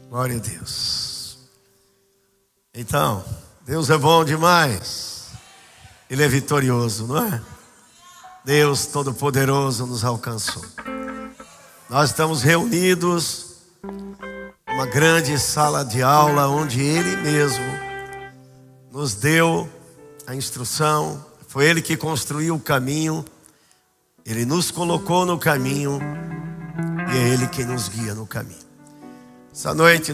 Glória a Deus. Então, Deus é bom demais. Ele é vitorioso, não é? Deus Todo-Poderoso nos alcançou. Nós estamos reunidos numa grande sala de aula onde Ele mesmo nos deu a instrução. Foi Ele que construiu o caminho. Ele nos colocou no caminho e é Ele quem nos guia no caminho. Essa noite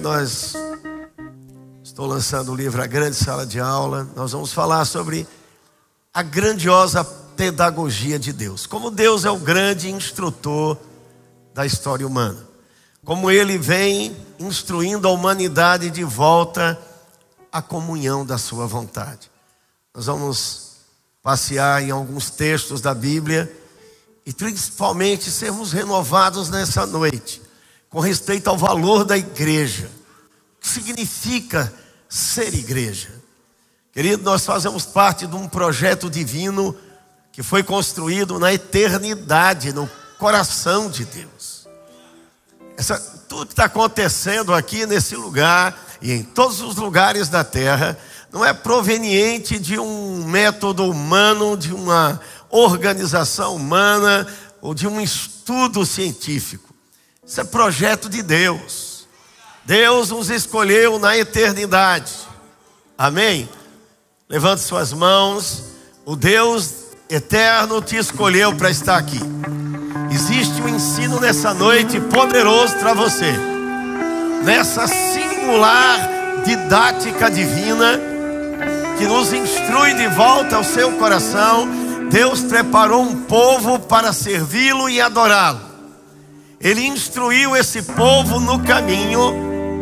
estou lançando o livro A Grande Sala de Aula. Nós vamos falar sobre a grandiosa pedagogia de Deus. Como Deus é o grande instrutor da história humana. Como Ele vem instruindo a humanidade de volta à comunhão da sua vontade. Nós vamos passear em alguns textos da Bíblia e principalmente sermos renovados nessa noite com respeito ao valor da igreja. O que significa ser igreja? Querido, nós fazemos parte de um projeto divino que foi construído na eternidade, no coração de Deus. Tudo que está acontecendo aqui nesse lugar e em todos os lugares da terra não é proveniente de um método humano, de uma organização humana ou de um estudo científico. Isso é projeto de Deus. Deus nos escolheu na eternidade. Amém? Levante suas mãos. O Deus eterno te escolheu para estar aqui. Existe um ensino nessa noite poderoso para você. Nessa singular didática divina que nos instrui de volta ao seu coração. Deus preparou um povo para servi-lo e adorá-lo. Ele instruiu esse povo no caminho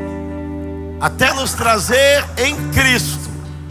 até nos trazer em Cristo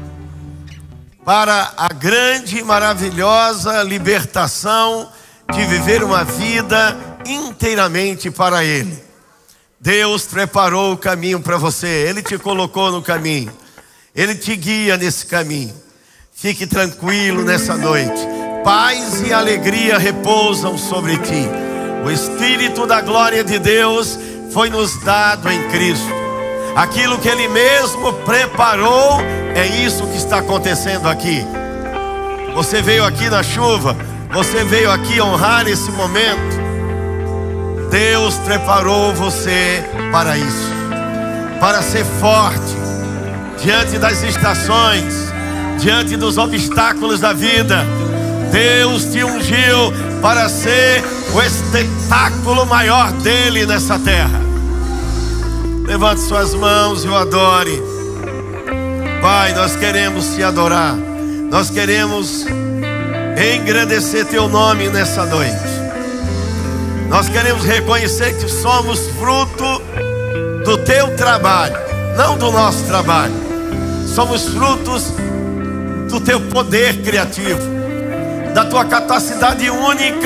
para a grande e maravilhosa libertação de viver uma vida inteiramente para Ele. Deus preparou o caminho para você. Ele te colocou no caminho. Ele te guia nesse caminho. Fique tranquilo nessa noite. Paz e alegria repousam sobre ti. O Espírito da glória de Deus foi nos dado em Cristo. Aquilo que Ele mesmo preparou, é isso que está acontecendo aqui. Você veio aqui na chuva, você veio aqui honrar esse momento. Deus preparou você para isso, para ser forte diante das estações, diante dos obstáculos da vida. Deus te ungiu para ser o espetáculo maior dele nessa terra. Levante suas mãos e o adore. Pai, nós queremos te adorar. Nós queremos engrandecer teu nome nessa noite. Nós queremos reconhecer que somos fruto do teu trabalho, não do nosso trabalho. Somos frutos do teu poder criativo, da tua capacidade única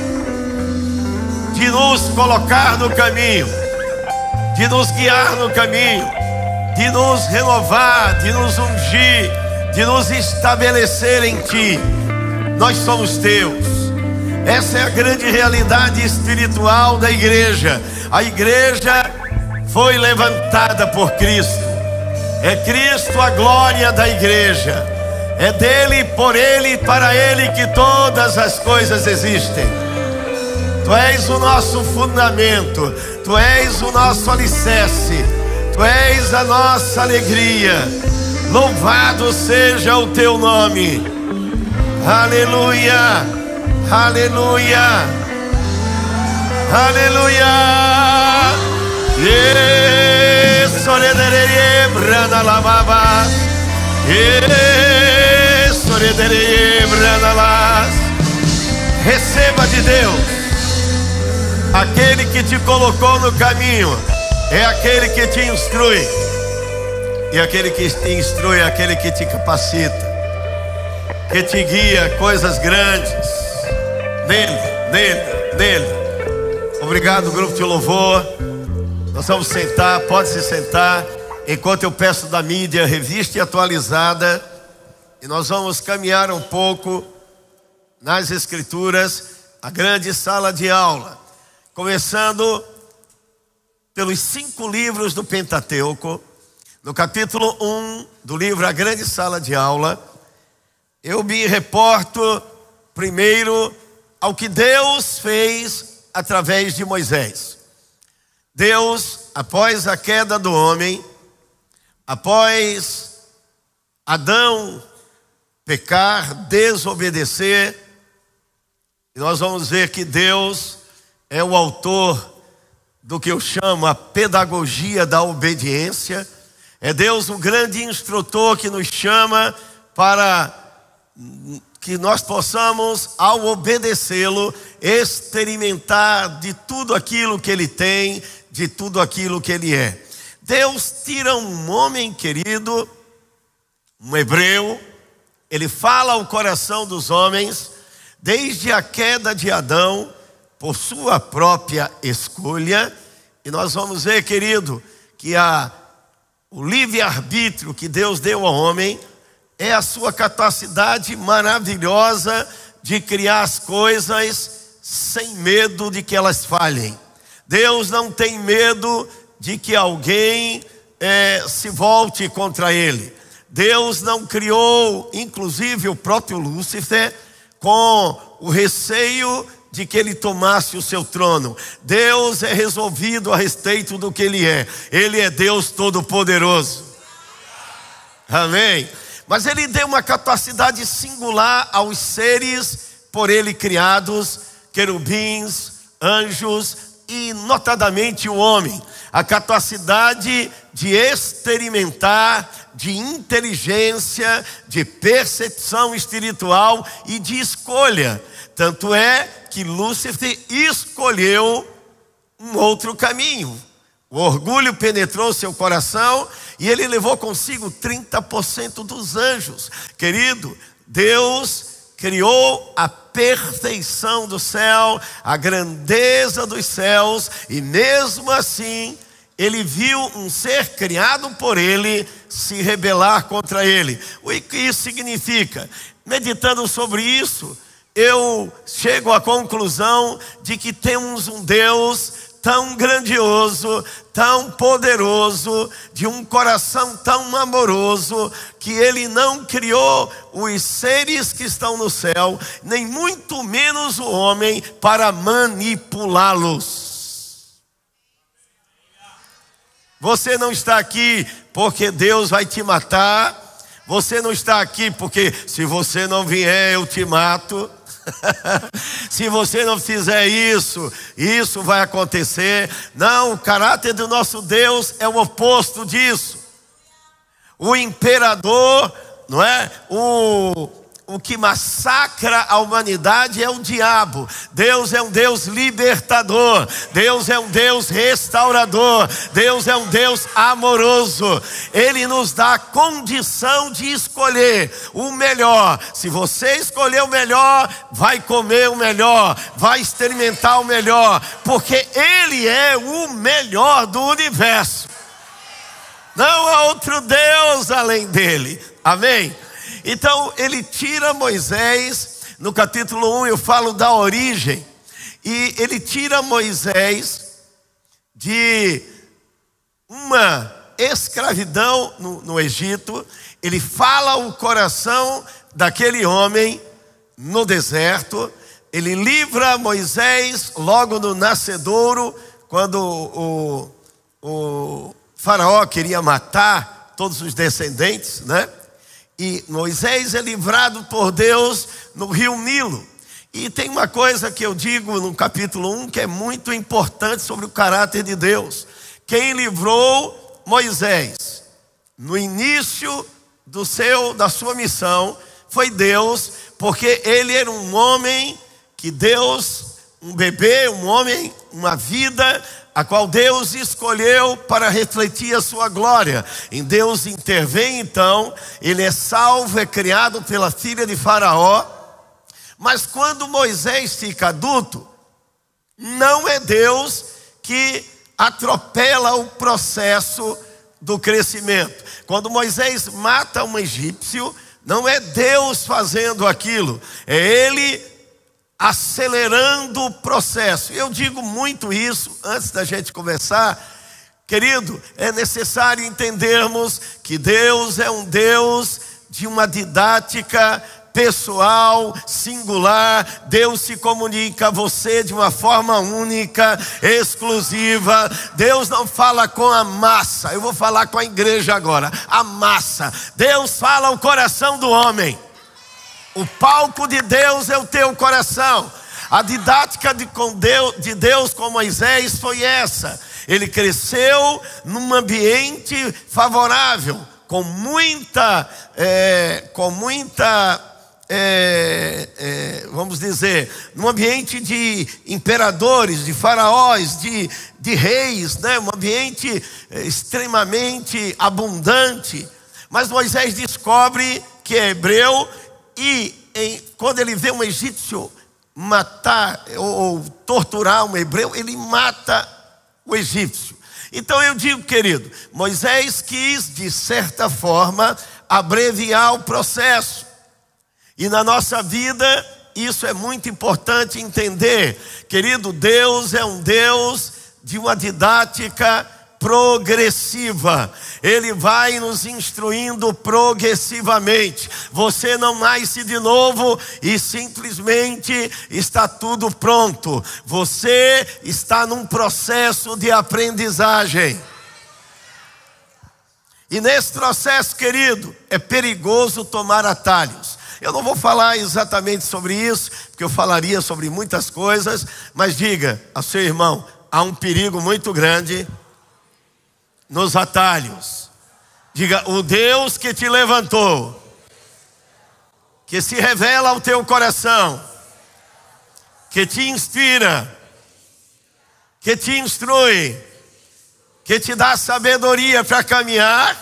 de nos colocar no caminho, de nos guiar no caminho, de nos renovar, de nos ungir, de nos estabelecer em ti. Nós somos teus. Essa é a grande realidade espiritual da igreja. A igreja foi levantada por Cristo. É Cristo a glória da igreja. É dele, por ele e para ele que todas as coisas existem. Tu és o nosso fundamento. Tu és o nosso alicerce. Tu és a nossa alegria. Louvado seja o teu nome. Aleluia, aleluia, aleluia. Receba de Deus. Aquele que te colocou no caminho é aquele que te instrui. E aquele que te instrui é aquele que te capacita, que te guia a coisas grandes. Nele. Obrigado, grupo de louvor. Nós vamos sentar, pode se sentar. Enquanto eu peço da mídia revista e atualizada. E nós vamos caminhar um pouco nas escrituras, a grande sala de aula. Começando pelos 5 livros do Pentateuco, no capítulo 1 do livro A Grande Sala de Aula, eu me reporto primeiro ao que Deus fez através de Moisés. Deus, após a queda do homem, após Adão pecar, desobedecer, nós vamos ver que Deus é o autor do que eu chamo a pedagogia da obediência. É Deus um grande instrutor que nos chama para que nós possamos, ao obedecê-lo, experimentar de tudo aquilo que Ele tem, de tudo aquilo que Ele é. Deus tira um homem querido, um hebreu, Ele fala ao coração dos homens, desde a queda de Adão, por sua própria escolha. E nós vamos ver, querido, que o livre-arbítrio que Deus deu ao homem é a sua capacidade maravilhosa de criar as coisas sem medo de que elas falhem. Deus não tem medo de que alguém se volte contra Ele. Deus não criou, inclusive, o próprio Lúcifer com o receio de que ele tomasse o seu trono. Deus é resolvido a respeito do que Ele é. Ele é Deus Todo-Poderoso. Amém? Mas Ele deu uma capacidade singular aos seres por Ele criados, querubins, anjos e notadamente o homem. A capacidade de experimentar, de inteligência, de percepção espiritual e de escolha. Tanto é que Lúcifer escolheu um outro caminho. O orgulho penetrou seu coração e ele levou consigo 30% dos anjos. Querido, Deus criou a perfeição do céu, a grandeza dos céus, e mesmo assim Ele viu um ser criado por Ele se rebelar contra Ele. O que isso significa? Meditando sobre isso, eu chego à conclusão de que temos um Deus tão grandioso, tão poderoso, de um coração tão amoroso, que Ele não criou os seres que estão no céu, nem muito menos o homem, para manipulá-los. Você não está aqui porque Deus vai te matar. Você não está aqui porque se você não vier eu te mato. Se você não fizer isso, isso vai acontecer. Não, o caráter do nosso Deus é o oposto disso. O imperador, não é? O que massacra a humanidade é o diabo. Deus é um Deus libertador. Deus é um Deus restaurador. Deus é um Deus amoroso. Ele nos dá a condição de escolher o melhor. Se você escolher o melhor, vai comer o melhor, vai experimentar o melhor, porque Ele é o melhor do universo. Não há outro Deus além dele. Amém? Então Ele tira Moisés, no capítulo 1 eu falo da origem, e Ele tira Moisés de uma escravidão no Egito. Ele fala o coração daquele homem no deserto. Ele livra Moisés logo no nascedouro, quando o faraó queria matar todos os descendentes, né? E Moisés é livrado por Deus no rio Nilo. E tem uma coisa que eu digo no capítulo 1 que é muito importante sobre o caráter de Deus. Quem livrou Moisés no início da sua missão foi Deus, porque ele era um homem que Deus, um bebê, um homem, uma vida a qual Deus escolheu para refletir a sua glória. Em Deus intervém então, ele é salvo, é criado pela filha de Faraó. Mas quando Moisés fica adulto, não é Deus que atropela o processo do crescimento. Quando Moisés mata um egípcio, não é Deus fazendo aquilo, é ele acelerando o processo. Eu digo muito isso antes da gente conversar, Querido, é necessário entendermos que Deus é um Deus de uma didática pessoal, singular. Deus se comunica a você de uma forma única, exclusiva. Deus não fala com a massa. Eu vou falar com a igreja agora. A massa. Deus fala ao coração do homem. O palco de Deus é o teu coração. A didática de Deus com Moisés foi essa. Ele cresceu num ambiente favorável, com muita vamos dizer, num ambiente de imperadores, de faraós, de reis, né? Um ambiente extremamente abundante. Mas Moisés descobre que é hebreu e quando ele vê um egípcio matar ou torturar um hebreu, ele mata o egípcio. Então eu digo, querido, Moisés quis, de certa forma, abreviar o processo. E na nossa vida, isso é muito importante entender. Querido, Deus é um Deus de uma didática progressiva. Ele vai nos instruindo progressivamente. Você não nasce de novo e simplesmente está tudo pronto. Você está num processo de aprendizagem. E nesse processo, querido, é perigoso tomar atalhos. Eu não vou falar exatamente sobre isso, porque eu falaria sobre muitas coisas, mas diga ao seu irmão, há um perigo muito grande nos atalhos. Diga, o Deus que te levantou, que se revela ao teu coração, que te inspira, que te instrui, que te dá sabedoria para caminhar,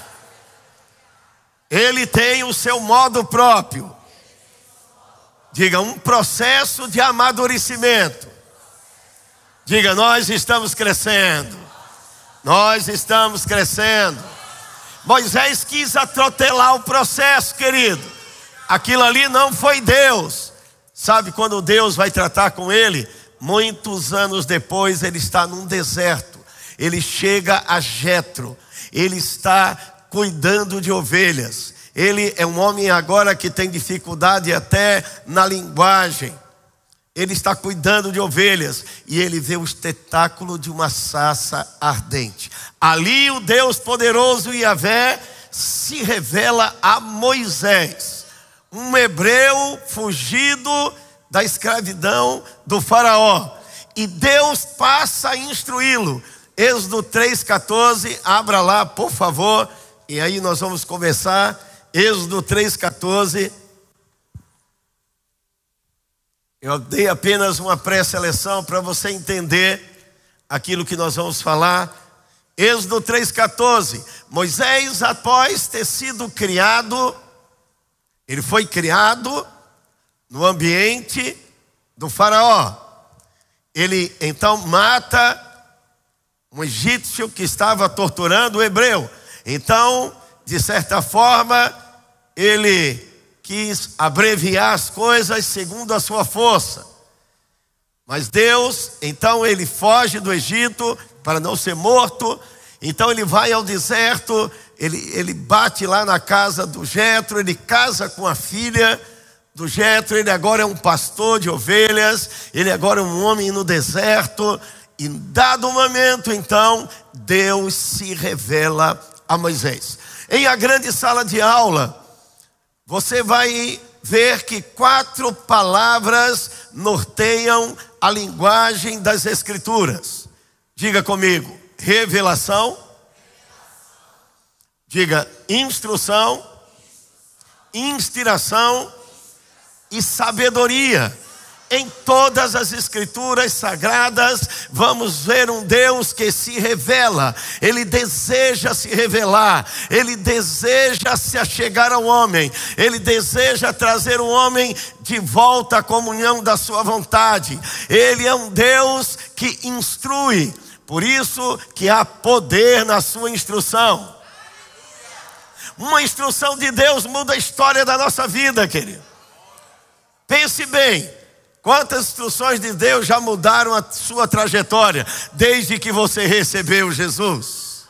Ele tem o seu modo próprio. Diga, um processo de amadurecimento. Diga, nós estamos crescendo. Nós estamos crescendo. Moisés quis atropelar o processo, querido. Aquilo ali não foi Deus. Sabe quando Deus vai tratar com ele? Muitos anos depois ele está num deserto. Ele chega a Jetro. Ele está cuidando de ovelhas. Ele é um homem agora que tem dificuldade até na linguagem. Ele está cuidando de ovelhas e ele vê o espetáculo de uma sarça ardente. Ali o Deus poderoso Yahvé se revela a Moisés, um hebreu fugido da escravidão do faraó. E Deus passa a instruí-lo. Êxodo 3,14, abra lá por favor, e aí nós vamos começar. Êxodo 3,14. Eu dei apenas uma pré-seleção para você entender aquilo que nós vamos falar. Êxodo 3,14. Moisés, após ter sido criado, ele foi criado no ambiente do faraó. Ele então mata um egípcio que estava torturando o hebreu. Então, de certa forma, ele quis abreviar as coisas segundo a sua força. Mas Deus, então ele foge do Egito para não ser morto. Então ele vai ao deserto, ele bate lá na casa do Jetro, ele casa com a filha do Jetro. Ele agora é um pastor de ovelhas, ele agora é um homem no deserto. E dado o momento, então, Deus se revela a Moisés. Em a grande sala de aula, você vai ver que 4 palavras norteiam a linguagem das Escrituras. Diga comigo, revelação. Diga, instrução, inspiração e sabedoria. Em todas as Escrituras sagradas, vamos ver um Deus que se revela. Ele deseja se revelar. Ele deseja se achegar ao homem. Ele deseja trazer o homem de volta à comunhão da sua vontade. Ele é um Deus que instrui. Por isso que há poder na sua instrução. Uma instrução de Deus muda a história da nossa vida, querido. Pense bem. Quantas instruções de Deus já mudaram a sua trajetória desde que você recebeu Jesus?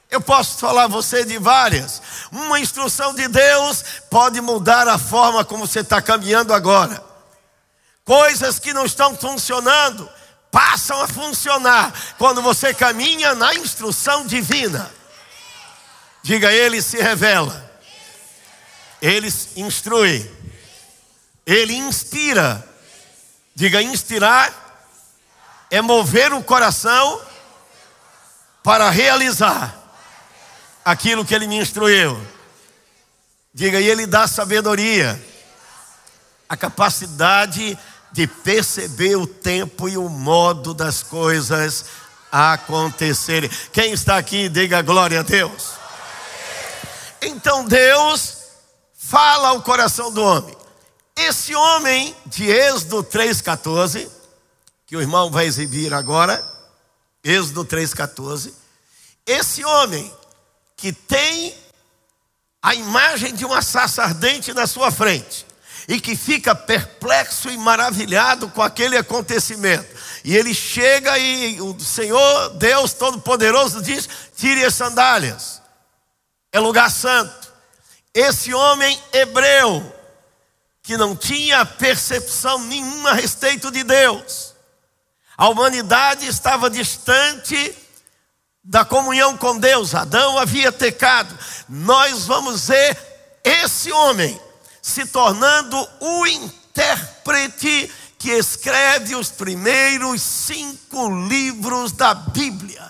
Eu posso falar a você de várias. Uma instrução de Deus pode mudar a forma como você está caminhando agora. Coisas que não estão funcionando passam a funcionar quando você caminha na instrução divina. Diga, Ele se revela, Ele instrui, Ele inspira. Diga, inspirar é mover o coração para realizar aquilo que Ele me instruiu. Diga, e Ele dá sabedoria, a capacidade de perceber o tempo e o modo das coisas acontecerem. Quem está aqui, diga glória a Deus. Então Deus fala ao coração do homem. Esse homem de Êxodo 3,14, que o irmão vai exibir agora, Êxodo 3,14, esse homem que tem a imagem de uma sarça ardente na sua frente, e que fica perplexo e maravilhado com aquele acontecimento, e ele chega e o Senhor Deus Todo-Poderoso diz: tire as sandálias, é lugar santo. Esse homem hebreu, que não tinha percepção nenhuma a respeito de Deus, a humanidade estava distante da comunhão com Deus, Adão havia pecado. Nós vamos ver esse homem se tornando o intérprete que escreve os primeiros 5 livros da Bíblia.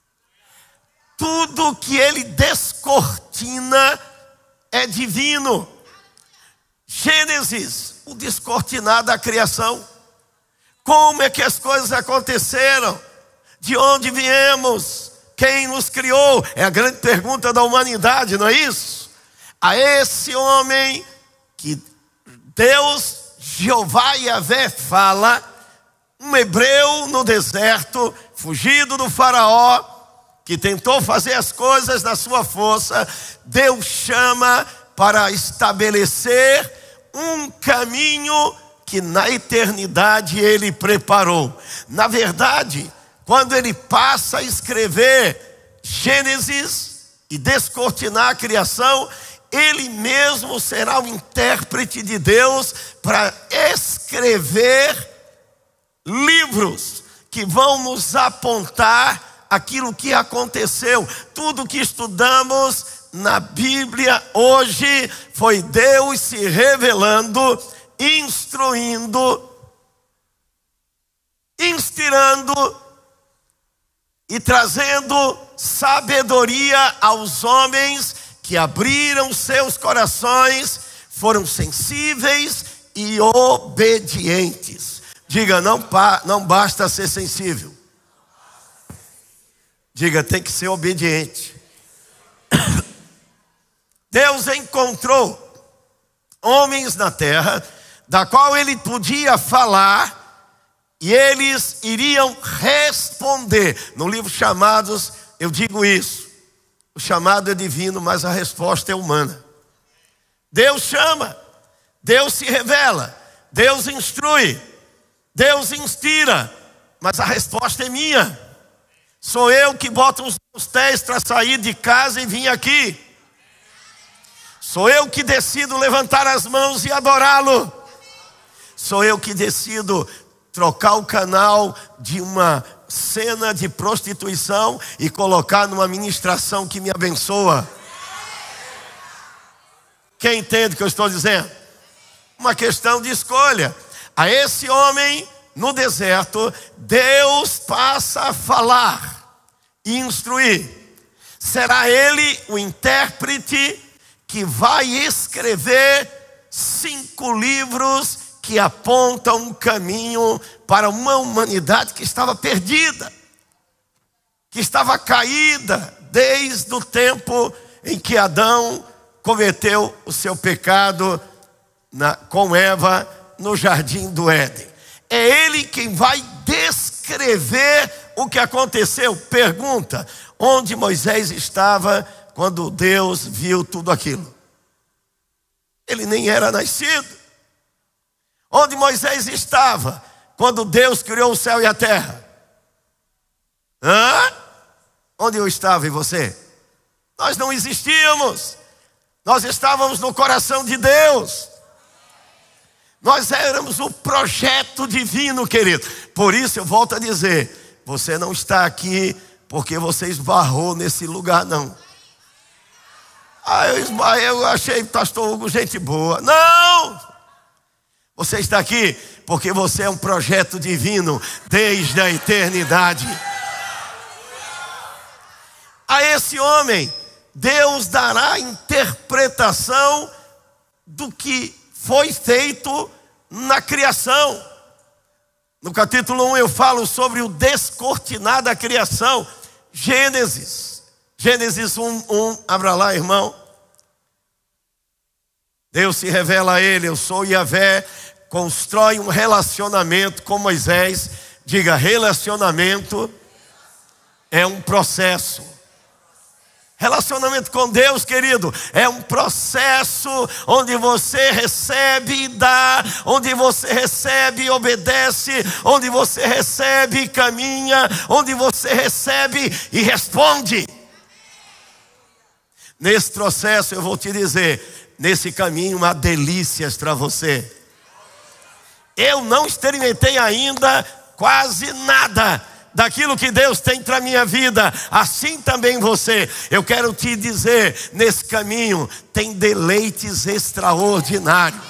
Tudo que ele descortina é divino. Gênesis, o descortinar da criação. Como é que as coisas aconteceram? De onde viemos? Quem nos criou? É a grande pergunta da humanidade, não é isso? A esse homem que Deus, Jeová Yahvé, fala, um hebreu no deserto, fugido do faraó, que tentou fazer as coisas na sua força, Deus chama para estabelecer um caminho que na eternidade Ele preparou. Na verdade, quando Ele passa a escrever Gênesis e descortinar a criação, Ele mesmo será o intérprete de Deus para escrever livros que vão nos apontar aquilo que aconteceu. Tudo que estudamos na Bíblia hoje foi Deus se revelando, instruindo, inspirando e trazendo sabedoria aos homens que abriram seus corações, foram sensíveis e obedientes. Diga, não basta ser sensível. Diga, tem que ser obediente. Deus encontrou homens na terra, da qual Ele podia falar, e eles iriam responder. No livro Chamados, eu digo isso. O chamado é divino, mas a resposta é humana. Deus chama, Deus se revela, Deus instrui, Deus inspira, mas a resposta é minha. Sou eu que boto os meus pés para sair de casa e vir aqui. Sou eu que decido levantar as mãos e adorá-lo. Sou eu que decido trocar o canal de uma cena de prostituição e colocar numa ministração que me abençoa. Quem entende o que eu estou dizendo? Uma questão de escolha. A esse homem no deserto, Deus passa a falar e instruir. Será ele o intérprete que vai escrever 5 livros que apontam um caminho para uma humanidade que estava perdida, que estava caída desde o tempo em que Adão cometeu o seu pecado com Eva no jardim do Éden. É ele quem vai descrever o que aconteceu. Pergunta: onde Moisés estava quando Deus viu tudo aquilo? Ele nem era nascido. Onde Moisés estava quando Deus criou o céu e a terra? Onde eu estava e você? Nós não existíamos. Nós estávamos no coração de Deus. Nós éramos o projeto divino, querido. Por isso eu volto a dizer, você não está aqui porque você esbarrou nesse lugar, não. Eu achei pastor Hugo gente boa. Não! Você está aqui porque você é um projeto divino desde a eternidade. A esse homem, Deus dará interpretação do que foi feito na criação. No capítulo 1 eu falo sobre o descortinar da criação. Gênesis 1:1, abra lá, irmão. Deus se revela a ele, eu sou Yahvé, constrói um relacionamento com Moisés. Diga, relacionamento é um processo. Relacionamento com Deus, querido, é um processo onde você recebe e dá, onde você recebe e obedece, onde você recebe e caminha, onde você recebe e responde. Nesse processo eu vou te dizer, nesse caminho há delícias para você. Eu não experimentei ainda quase nada daquilo que Deus tem para a minha vida, assim também você. Eu quero te dizer, nesse caminho tem deleites extraordinários.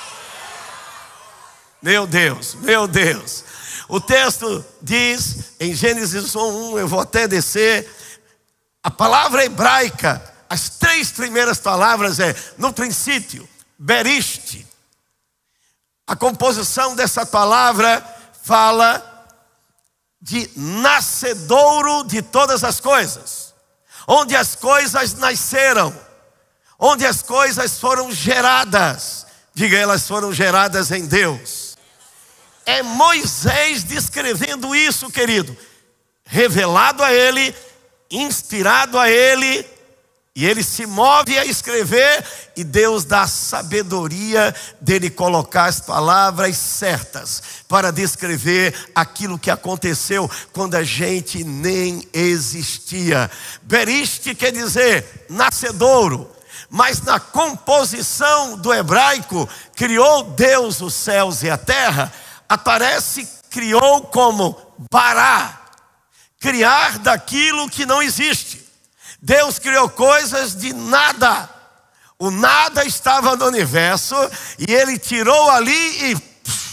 Meu Deus, meu Deus. O texto diz em Gênesis 1:1, eu vou até descer. A palavra hebraica, as 3 primeiras palavras é no princípio, beriste. A composição dessa palavra fala de nascedouro de todas as coisas, onde as coisas nasceram, onde as coisas foram geradas. Diga, elas foram geradas em Deus. É Moisés descrevendo isso, querido, revelado a ele, inspirado a ele, e ele se move a escrever, e Deus dá a sabedoria dele colocar as palavras certas para descrever aquilo que aconteceu quando a gente nem existia. Beriste quer dizer nascedouro, mas na composição do hebraico, criou Deus os céus e a terra, aparece criou como bará, criar daquilo que não existe. Deus criou coisas de nada. O nada estava no universo e ele tirou ali e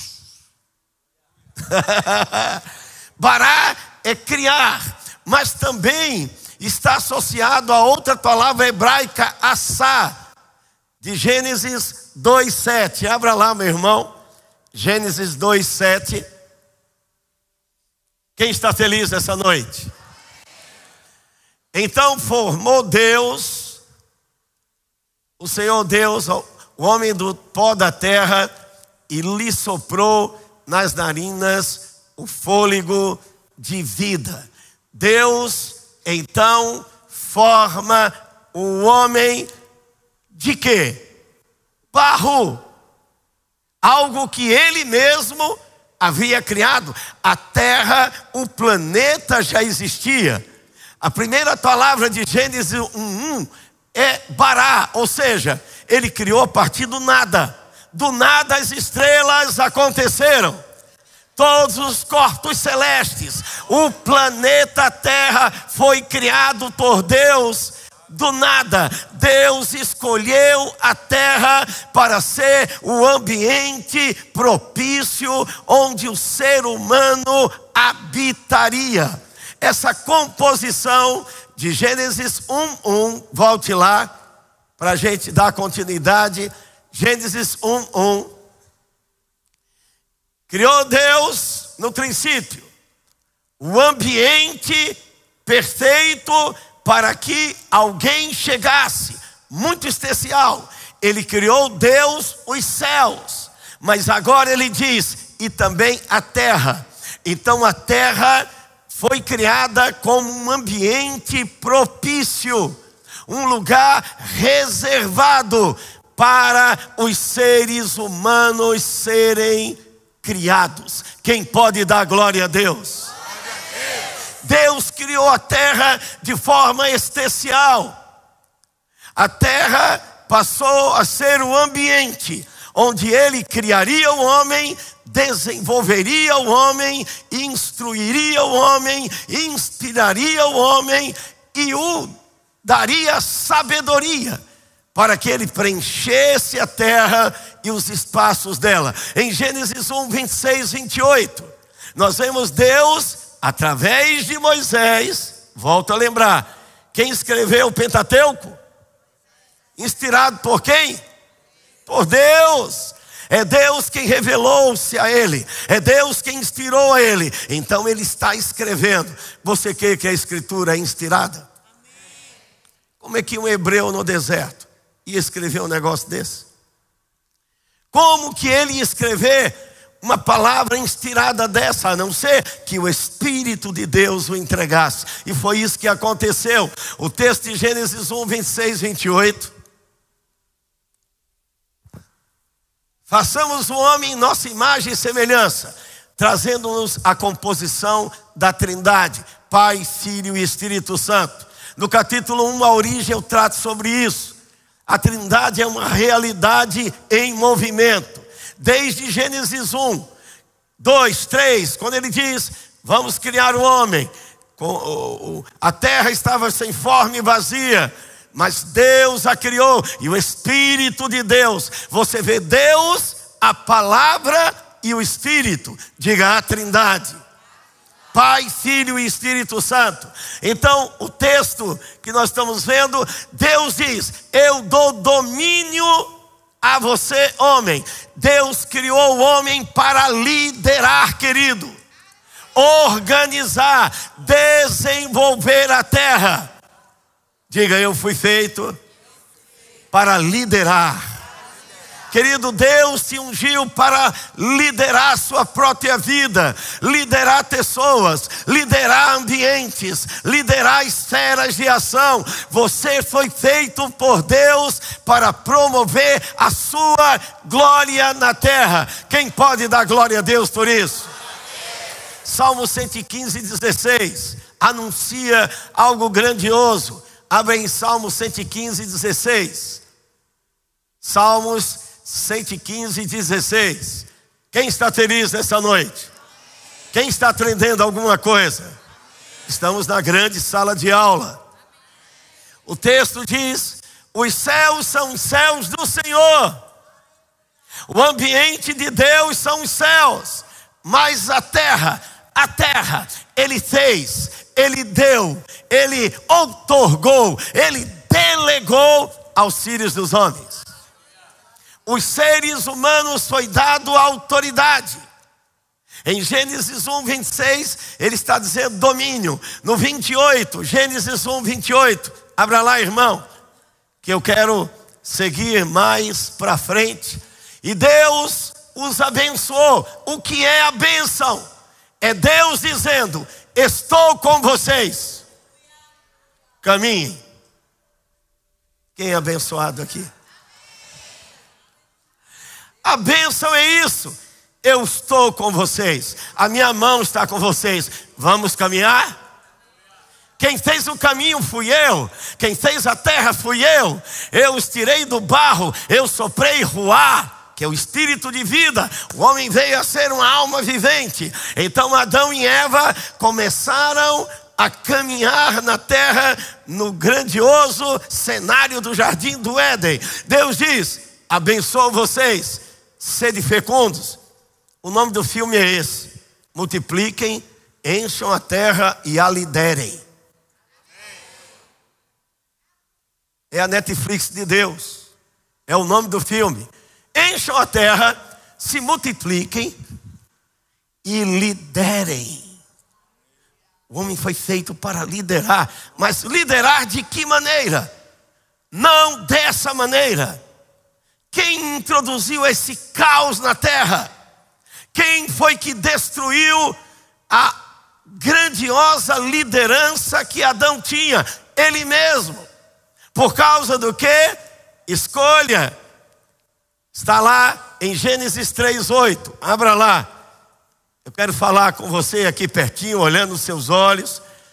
bará é criar, mas também está associado a outra palavra hebraica, assá, de Gênesis 2:7. Abra lá, meu irmão. Gênesis 2:7. Quem está feliz essa noite? Então formou Deus, o Senhor Deus, o homem do pó da terra, e lhe soprou nas narinas o fôlego de vida. Deus então forma o homem de quê? Barro. Algo que ele mesmo havia criado. A terra, o planeta já existia. A primeira palavra de Gênesis 1:1 é bará, ou seja, ele criou a partir do nada. Do nada as estrelas aconteceram. Todos os corpos celestes, o planeta Terra foi criado por Deus do nada. Deus escolheu a terra para ser o ambiente propício onde o ser humano habitaria. Essa composição de Gênesis 1:1, volte lá para a gente dar continuidade. Gênesis 1:1. Criou Deus no princípio o ambiente perfeito para que alguém chegasse, muito especial. Ele criou Deus os céus, mas agora ele diz, e também a terra. Então a terra foi criada como um ambiente propício, um lugar reservado para os seres humanos serem criados. Quem pode dar glória a Deus? Deus criou a terra de forma especial. A terra passou a ser o ambiente onde ele criaria o homem, desenvolveria o homem, instruiria o homem, inspiraria o homem e o daria sabedoria para que ele preenchesse a terra e os espaços dela. Em Gênesis 1, 26, 28, nós vemos Deus, através de Moisés, volto a lembrar, quem escreveu o Pentateuco? Inspirado por quem? Por Deus. É Deus quem revelou-se a ele, é Deus quem inspirou a ele. Então ele está escrevendo. Você crê que a escritura é inspirada? Como é que um hebreu no deserto ia escrever um negócio desse? Como que ele ia escrever uma palavra inspirada dessa, a não ser que o Espírito de Deus o entregasse? E foi isso que aconteceu. O texto de Gênesis 1, 26, 28. Façamos o homem em nossa imagem e semelhança, trazendo-nos a composição da Trindade, Pai, Filho e Espírito Santo. No capítulo 1, a origem, eu trato sobre isso. A Trindade é uma realidade em movimento. Desde Gênesis 1, 2, 3, quando ele diz, vamos criar o homem. A terra estava sem forma e vazia, mas Deus a criou, e o Espírito de Deus, você vê Deus, a palavra e o Espírito, diga a Trindade, Pai, Filho e Espírito Santo. Então o texto que nós estamos vendo, Deus diz, eu dou domínio a você, homem. Deus criou o homem para liderar, querido, organizar, desenvolver a terra. Diga, eu fui feito para liderar. Querido, Deus te ungiu para liderar a sua própria vida, liderar pessoas, liderar ambientes, liderar esferas de ação. Você foi feito por Deus para promover a sua glória na terra. Quem pode dar glória a Deus por isso? Salmo 115, 16 anuncia algo grandioso. Abra em Salmo 115, 16. Salmos 115, 16. Quem está feliz nessa noite? Quem está aprendendo alguma coisa? Estamos na grande sala de aula. O texto diz, os céus são os céus do Senhor. O ambiente de Deus são os céus. Mas a terra, Ele fez, Ele deu, Ele outorgou, Ele delegou aos filhos dos homens. Os seres humanos foi dado autoridade. Em Gênesis 1, 26, ele está dizendo domínio. No 28, Gênesis 1, 28, abra lá, irmão, que eu quero seguir mais para frente. E Deus os abençoou. O que é a bênção? É Deus dizendo, estou com vocês. Caminhem. Quem é abençoado aqui? A bênção é isso. Eu estou com vocês. A minha mão está com vocês. Vamos caminhar? Quem fez o caminho fui eu. Quem fez a terra fui eu. Eu os tirei do barro. Eu soprei ruá, que é o espírito de vida. O homem veio a ser uma alma vivente. Então Adão e Eva começaram a caminhar na terra, no grandioso cenário do jardim do Éden. Deus diz, abençoo vocês, sede fecundos. O nome do filme é esse: multipliquem, encham a terra e a liderem. É a Netflix de Deus, é o nome do filme. Encham a terra, se multipliquem e liderem. O homem foi feito para liderar, mas liderar de que maneira? Não dessa maneira. Quem introduziu esse caos na terra? Quem foi que destruiu a grandiosa liderança que Adão tinha? Ele mesmo. Por causa do quê? Escolha. Está lá em Gênesis 3:8. Abra lá. Eu quero falar com você aqui pertinho, olhando nos seus olhos.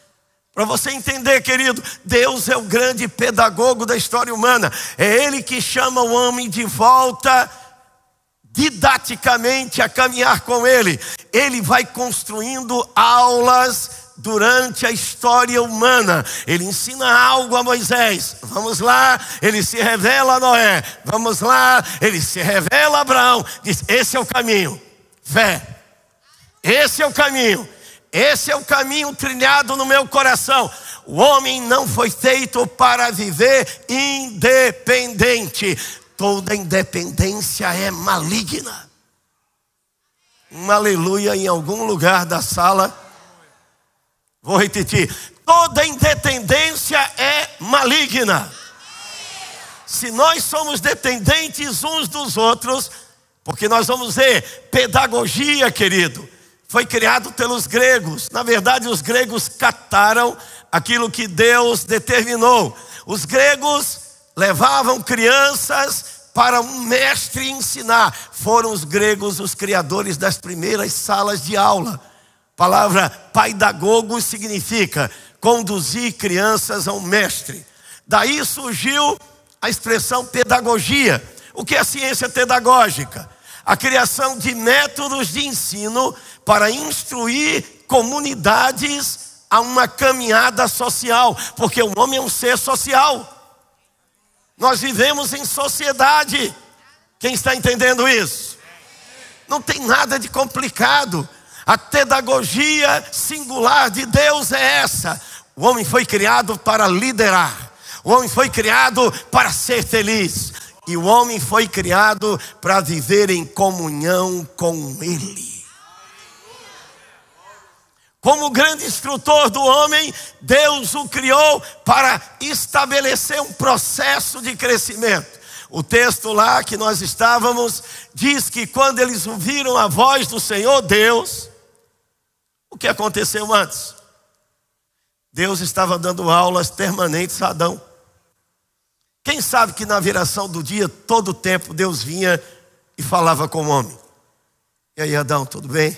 Para você entender, querido, Deus é o grande pedagogo da história humana. É Ele que chama o homem de volta didaticamente a caminhar com Ele. Ele vai construindo aulas durante a história humana. Ele ensina algo a Moisés. Vamos lá, ele se revela a Noé. Vamos lá, ele se revela a Abraão. Diz, esse é o caminho. Fé. Esse é o caminho. Esse é o caminho trilhado no meu coração. O homem não foi feito para viver independente. Toda independência é maligna. Um aleluia em algum lugar da sala. Vou repetir. Toda independência é maligna. Se nós somos dependentes uns dos outros, porque nós vamos ver, pedagogia, querido, foi criado pelos gregos. Na verdade, os gregos cataram aquilo que Deus determinou. Os gregos levavam crianças para um mestre ensinar. Foram os gregos os criadores das primeiras salas de aula. A palavra paidagogo significa conduzir crianças a um mestre. Daí surgiu a expressão pedagogia. O que é a ciência pedagógica? A criação de métodos de ensino para instruir comunidades a uma caminhada social, porque o homem é um ser social. Nós vivemos em sociedade. Quem está entendendo isso? Não tem nada de complicado. A pedagogia singular de Deus é essa. O homem foi criado para liderar. O homem foi criado para ser feliz. E o homem foi criado para viver em comunhão com Ele. Como grande instrutor do homem, Deus o criou para estabelecer um processo de crescimento. O texto lá que nós estávamos diz que quando eles ouviram a voz do Senhor Deus, o que aconteceu antes? Deus estava dando aulas permanentes a Adão. Quem sabe que na viração do dia, todo o tempo, Deus vinha e falava com o homem. E aí, Adão, tudo bem?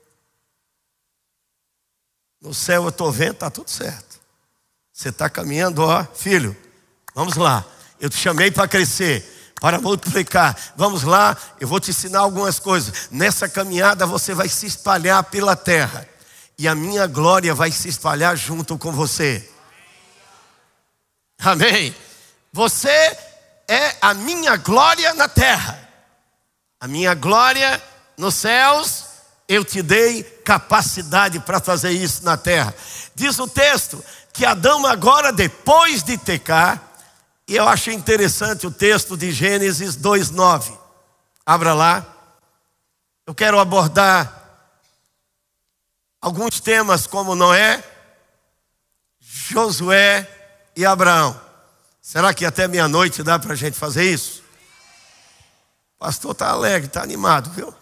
No céu eu estou vendo, está tudo certo. Você está caminhando, ó, filho, vamos lá. Eu te chamei para crescer, para multiplicar. Vamos lá, eu vou te ensinar algumas coisas. Nessa caminhada você vai se espalhar pela terra. E a minha glória vai se espalhar junto com você. Amém? Você é a minha glória na terra. A minha glória nos céus. Eu te dei capacidade para fazer isso na terra. Diz o texto que Adão agora, depois de pecar, e eu achei interessante o texto de Gênesis 2:9. Abra lá. Eu quero abordar alguns temas como Noé, Josué e Abraão. Será que até meia-noite dá para a gente fazer isso? O pastor está alegre, está animado, viu?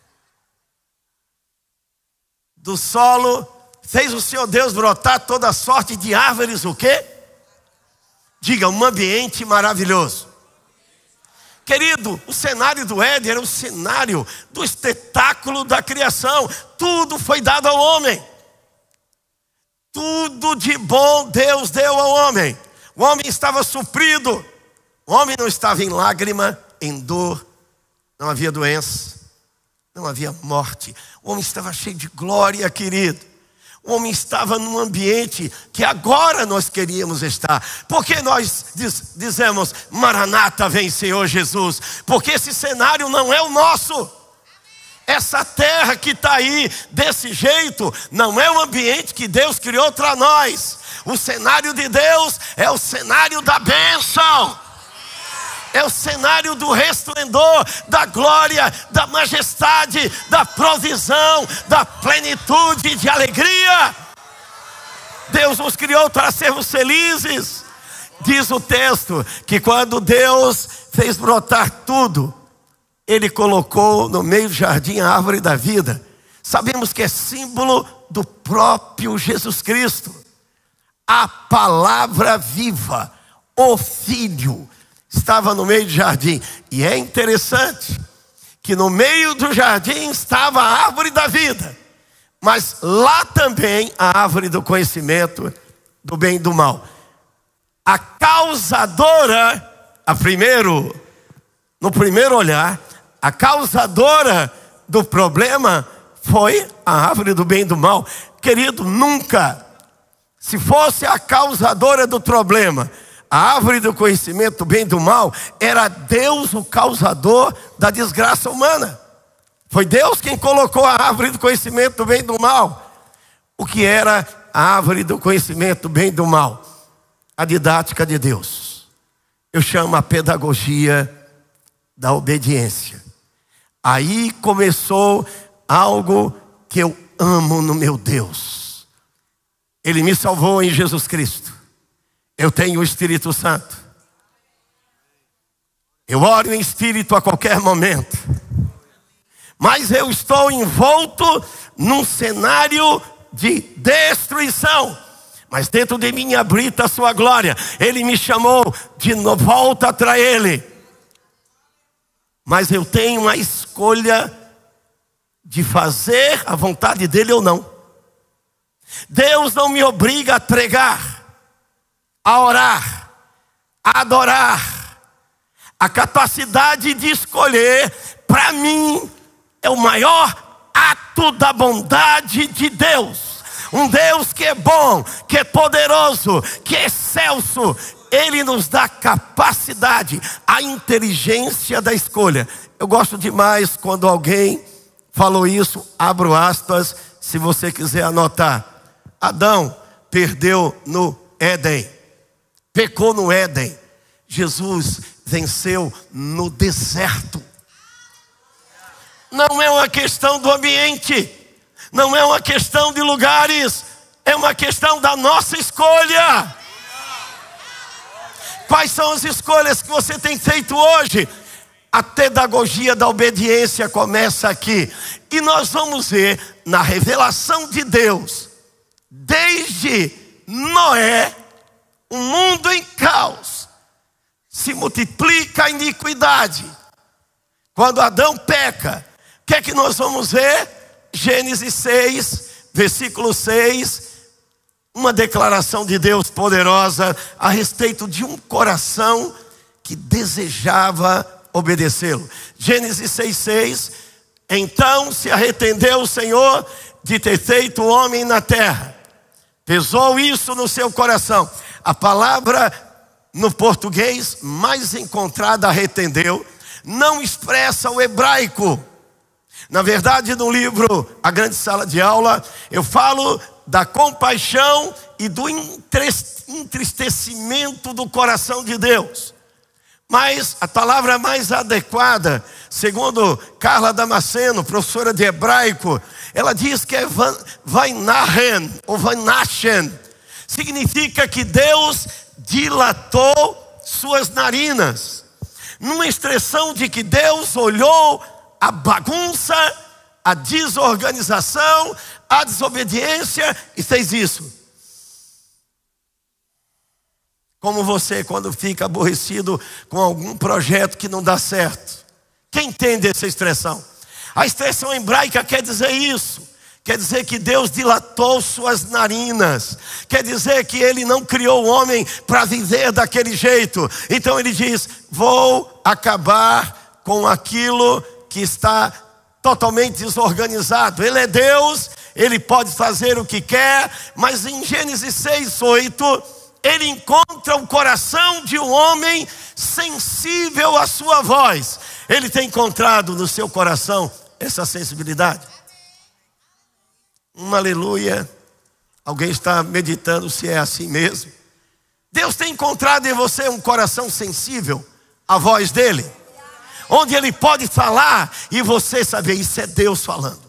Do solo fez o Senhor Deus brotar toda sorte de árvores, o quê? Diga, um ambiente maravilhoso. Querido, o cenário do Éden era o cenário do espetáculo da criação. Tudo foi dado ao homem. Tudo de bom Deus deu ao homem. O homem estava suprido. O homem não estava em lágrima, em dor. Não havia doença. Não havia morte. O homem estava cheio de glória, querido. O homem estava num ambiente que agora nós queríamos estar. Porque nós dizemos, Maranata, vem Senhor Jesus. Porque esse cenário não é o nosso. Essa terra que está aí, desse jeito, não é o ambiente que Deus criou para nós. O cenário de Deus é o cenário da bênção. É o cenário do resplendor, da glória, da majestade, da provisão, da plenitude de alegria. Deus nos criou para sermos felizes. Diz o texto que quando Deus fez brotar tudo, Ele colocou no meio do jardim a árvore da vida. Sabemos que é símbolo do próprio Jesus Cristo. A palavra viva, o Filho, estava no meio do jardim. E é interessante que no meio do jardim estava a árvore da vida, mas lá também a árvore do conhecimento do bem e do mal. A causadora, no primeiro olhar, a causadora do problema foi a árvore do bem e do mal. Querido, nunca, se fosse a causadora do problema, a árvore do conhecimento do bem e do mal, era Deus o causador da desgraça humana. Foi Deus quem colocou a árvore do conhecimento do bem e do mal. O que era a árvore do conhecimento do bem e do mal? A didática de Deus. Eu chamo a pedagogia da obediência. Aí começou algo que eu amo no meu Deus. Ele me salvou em Jesus Cristo. Eu tenho o Espírito Santo. Eu oro em espírito a qualquer momento. Mas eu estou envolto num cenário de destruição. Mas dentro de mim habita a sua glória. Ele me chamou de volta para Ele. Mas eu tenho a escolha de fazer a vontade dEle ou não. Deus não me obriga a pregar, a orar, a adorar. A capacidade de escolher, para mim, é o maior ato da bondade de Deus. Um Deus que é bom, que é poderoso, que é excelso. Ele nos dá capacidade, a inteligência da escolha. Eu gosto demais quando alguém falou isso, abro aspas, se você quiser anotar. Adão perdeu no Éden, pecou no Éden. Jesus venceu no deserto. Não é uma questão do ambiente, não é uma questão de lugares, é uma questão da nossa escolha. Quais são as escolhas que você tem feito hoje? A pedagogia da obediência começa aqui. E nós vamos ver na revelação de Deus, desde Noé, um mundo em caos, se multiplica a iniquidade. Quando Adão peca, o que é que nós vamos ver? Gênesis 6, versículo 6, uma declaração de Deus poderosa a respeito de um coração que desejava obedecê-lo. Gênesis 6,6. Então se arrependeu o Senhor de ter feito o homem na terra. Pesou isso no seu coração. A palavra no português mais encontrada, arrependeu, não expressa o hebraico. Na verdade, no livro A Grande Sala de Aula, eu falo da compaixão e do entristecimento do coração de Deus. Mas a palavra mais adequada, segundo Carla Damasceno, professora de hebraico, ela diz que é vainachen ou vainachen. Significa que Deus dilatou suas narinas. Numa expressão de que Deus olhou a bagunça, a desorganização, a desobediência e fez isso. Como você quando fica aborrecido com algum projeto que não dá certo. Quem entende essa expressão? A expressão hebraica quer dizer isso. Quer dizer que Deus dilatou suas narinas. Quer dizer que Ele não criou o homem para viver daquele jeito. Então Ele diz, vou acabar com aquilo que está totalmente desorganizado. Ele é Deus, Ele pode fazer o que quer. Mas em Gênesis 6:8, Ele encontra o coração de um homem sensível à sua voz. Ele tem encontrado no seu coração essa sensibilidade. Aleluia. Alguém está meditando se é assim mesmo? Deus tem encontrado em você um coração sensível à voz dele, onde ele pode falar e você saber, isso é Deus falando.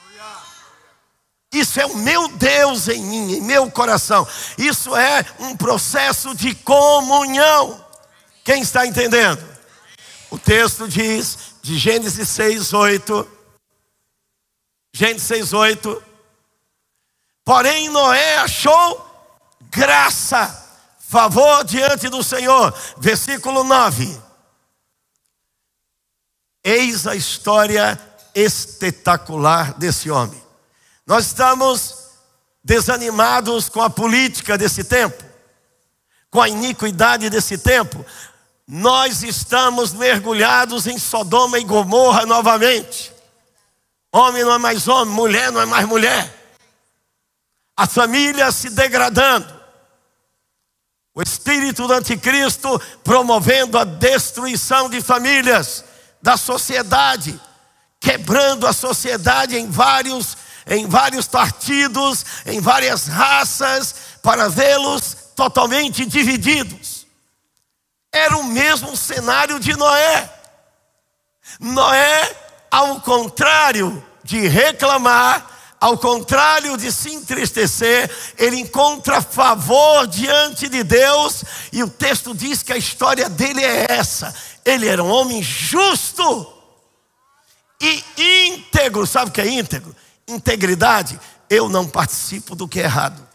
Isso é o meu Deus em mim, em meu coração. Isso é um processo de comunhão. Quem está entendendo? O texto diz, de Gênesis 6:8, Gênesis 6:8, porém Noé achou graça, favor diante do Senhor. Versículo 9. Eis a história espetacular desse homem. Nós estamos desanimados com a política desse tempo, com a iniquidade desse tempo, nós estamos mergulhados em Sodoma e Gomorra novamente. Homem não é mais homem, mulher não é mais mulher. A família se degradando. O espírito do anticristo promovendo a destruição de famílias, da sociedade, quebrando a sociedade em vários partidos, em várias raças, para vê-los totalmente divididos. Era o mesmo cenário de Noé. Noé, ao contrário de reclamar, ao contrário de se entristecer, ele encontra favor diante de Deus, e o texto diz que a história dele é essa: ele era um homem justo e íntegro. Sabe o que é íntegro? Integridade. Eu não participo do que é errado.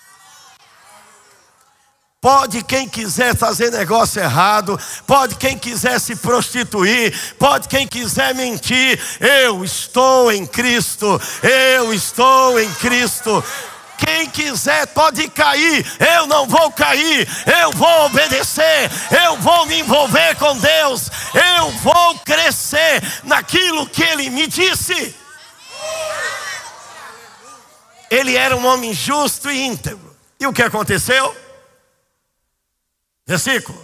Pode quem quiser fazer negócio errado, pode quem quiser se prostituir, pode quem quiser mentir. Eu estou em Cristo, eu estou em Cristo. Quem quiser pode cair, eu não vou cair, eu vou obedecer, eu vou me envolver com Deus, eu vou crescer naquilo que Ele me disse. Ele era um homem justo e íntegro. E o que aconteceu? Versículo: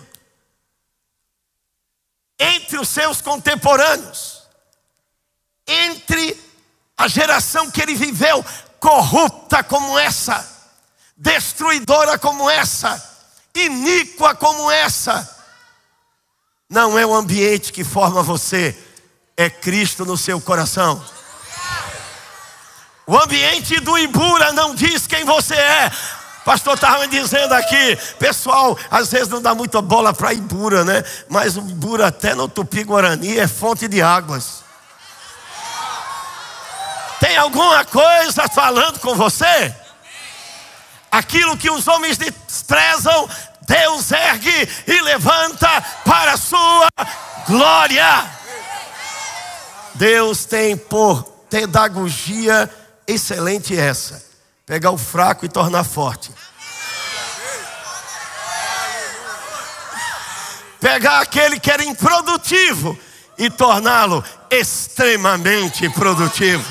entre os seus contemporâneos, entre a geração que ele viveu, corrupta como essa, destruidora como essa, iníqua como essa, não é o ambiente que forma você, é Cristo no seu coração. O ambiente do Ibura não diz quem você é. Pastor estava me dizendo aqui, pessoal, às vezes não dá muita bola para Ibura, né? Mas o Ibura até no Tupi-Guarani é fonte de águas. Tem alguma coisa falando com você? Aquilo que os homens desprezam, Deus ergue e levanta para a sua glória. Deus tem por pedagogia excelente essa: pegar o fraco e tornar forte. Pegar aquele que era improdutivo e torná-lo extremamente produtivo.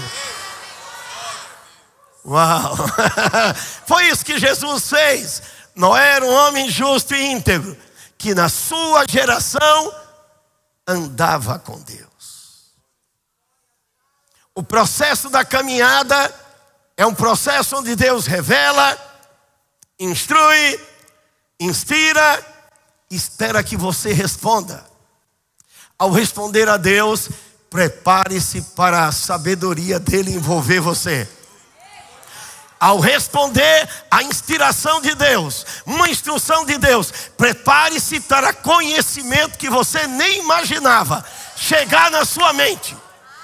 Uau! Foi isso que Jesus fez. Noé era um homem justo e íntegro, que na sua geração andava com Deus. O processo da caminhada é um processo onde Deus revela, instrui, inspira, espera que você responda. Ao responder a Deus, prepare-se para a sabedoria dele envolver você. Ao responder à inspiração de Deus, uma instrução de Deus, prepare-se para conhecimento que você nem imaginava chegar na sua mente.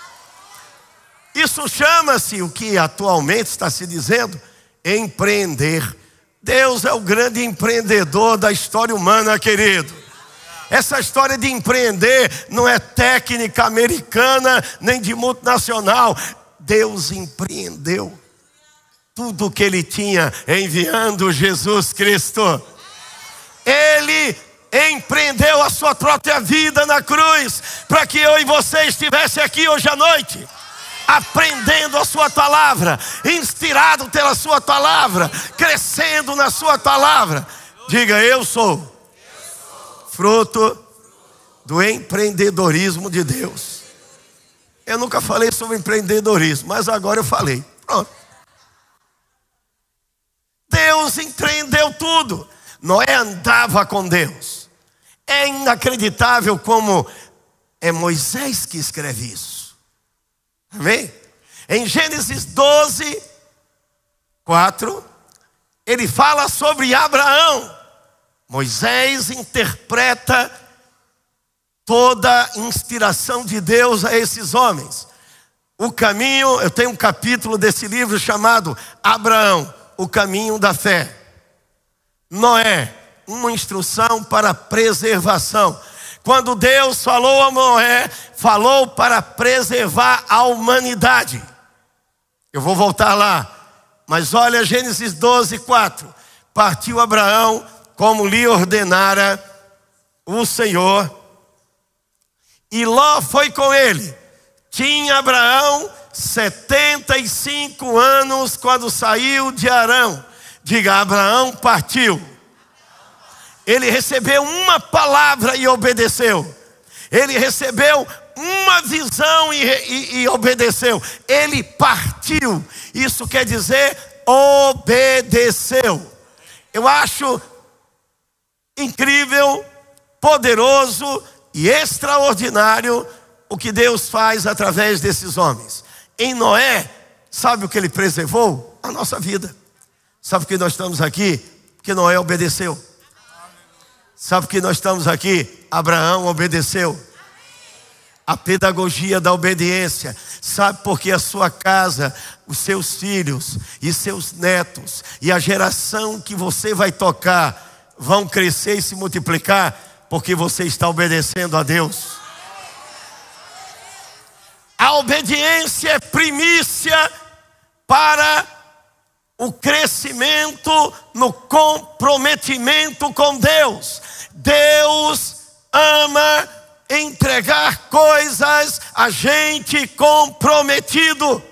Isso chama-se, o que atualmente está se dizendo, empreender. Deus é o grande empreendedor da história humana, querido. Essa história de empreender não é técnica americana, nem de multinacional. Deus empreendeu tudo o que Ele tinha enviando Jesus Cristo. Ele empreendeu a sua própria vida na cruz, para que eu e você estivesse aqui hoje à noite, aprendendo a sua palavra, inspirado pela sua palavra, crescendo na sua palavra. Diga: eu sou fruto do empreendedorismo de Deus. Eu nunca falei sobre empreendedorismo, mas agora eu falei. Pronto. Deus empreendeu tudo. Noé andava com Deus. É inacreditável como é Moisés que escreve isso. Amém? Em Gênesis 12, 4, ele fala sobre Abraão. Moisés interpreta toda a inspiração de Deus a esses homens. O caminho, eu tenho um capítulo desse livro chamado Abraão, o caminho da fé. Noé, uma instrução para preservação. Quando Deus falou a Noé, falou para preservar a humanidade. Eu vou voltar lá. Mas olha Gênesis 12:4. Partiu Abraão como lhe ordenara o Senhor, e Ló foi com ele. Tinha Abraão 75 anos quando saiu de Harã. Diga, Abraão partiu. Ele recebeu uma palavra e obedeceu. Ele recebeu uma visão e obedeceu. Ele partiu. Isso quer dizer obedeceu. Eu acho incrível, poderoso e extraordinário o que Deus faz através desses homens. Em Noé, sabe o que ele preservou? A nossa vida. Sabe por que nós estamos aqui? Porque Noé obedeceu. Sabe por que nós estamos aqui? Abraão obedeceu. A pedagogia da obediência. Sabe por que a sua casa, os seus filhos e seus netos e a geração que você vai tocar vão crescer e se multiplicar? Porque você está obedecendo a Deus. A obediência é primícia para o crescimento no comprometimento com Deus. Deus ama entregar coisas a gente comprometido.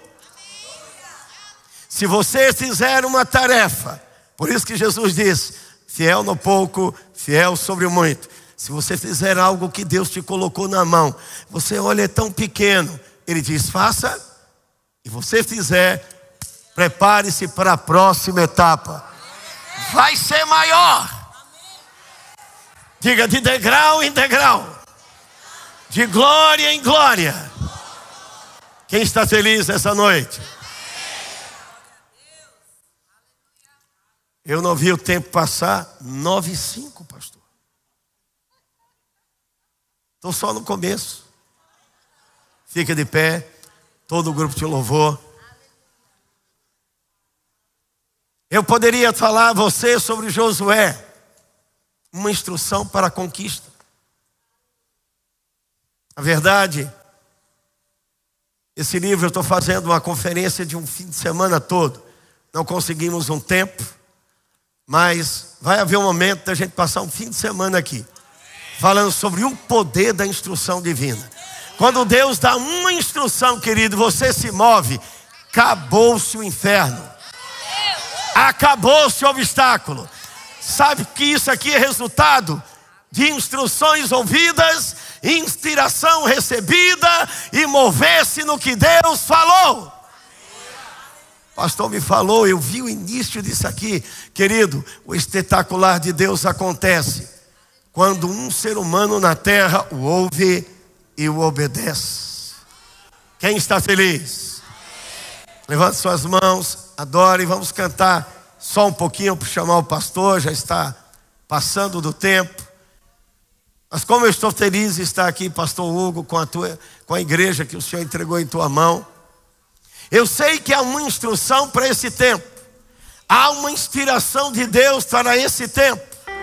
Se você fizer uma tarefa, por isso que Jesus diz, fiel no pouco, fiel sobre o muito. Se você fizer algo que Deus te colocou na mão, você olha, é tão pequeno, Ele diz, faça, e você fizer, prepare-se para a próxima etapa. Vai ser maior. Diga, de degrau em degrau, de glória em glória. Quem está feliz essa noite? Eu não vi o tempo passar. 9:05, pastor. Estou só no começo. Fica de pé, todo o grupo de louvor. Eu poderia falar a você sobre Josué, uma instrução para a conquista. Na verdade, esse livro eu estou fazendo uma conferência de um fim de semana todo. Não conseguimos um tempo, mas vai haver um momento da gente passar um fim de semana aqui, falando sobre o poder da instrução divina. Quando Deus dá uma instrução, querido, você se move, acabou-se o inferno. Acabou-se o obstáculo. Sabe que isso aqui é resultado de instruções ouvidas, inspiração recebida e mover-se no que Deus falou. O pastor me falou, eu vi o início disso aqui. Querido, o espetacular de Deus acontece quando um ser humano na terra o ouve e o obedece. Quem está feliz? Levante suas mãos, adore, vamos cantar só um pouquinho para chamar o pastor, já está passando do tempo. Mas como eu estou feliz de estar aqui, pastor Hugo, com a igreja que o Senhor entregou em tua mão. Eu sei que há uma instrução para esse tempo. Há uma inspiração de Deus para esse tempo.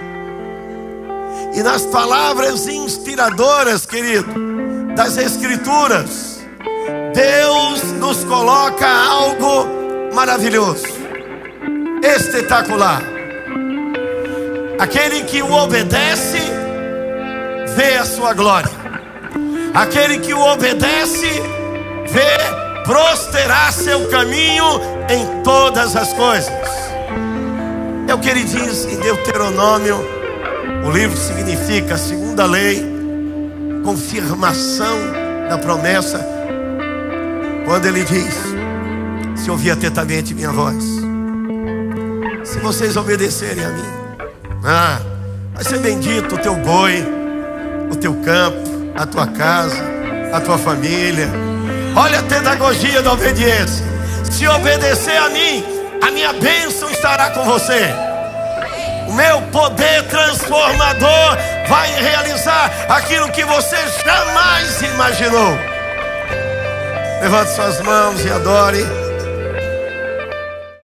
E nas palavras inspiradoras, querido, das Escrituras, Deus nos coloca algo maravilhoso, espetacular. Aquele que o obedece, vê a sua glória. Aquele que o obedece, vê prosperar seu caminho em todas as coisas. É o que ele diz em Deuteronômio. O livro significa a segunda lei, confirmação da promessa. Quando ele diz, se ouvir atentamente minha voz, se vocês obedecerem a mim, vai ser bendito o teu boi, o teu campo, a tua casa, a tua família. Olha a pedagogia da obediência. Se obedecer a mim, a minha bênção estará com você. O meu poder transformador vai realizar aquilo que você jamais imaginou. Levante suas mãos e adore.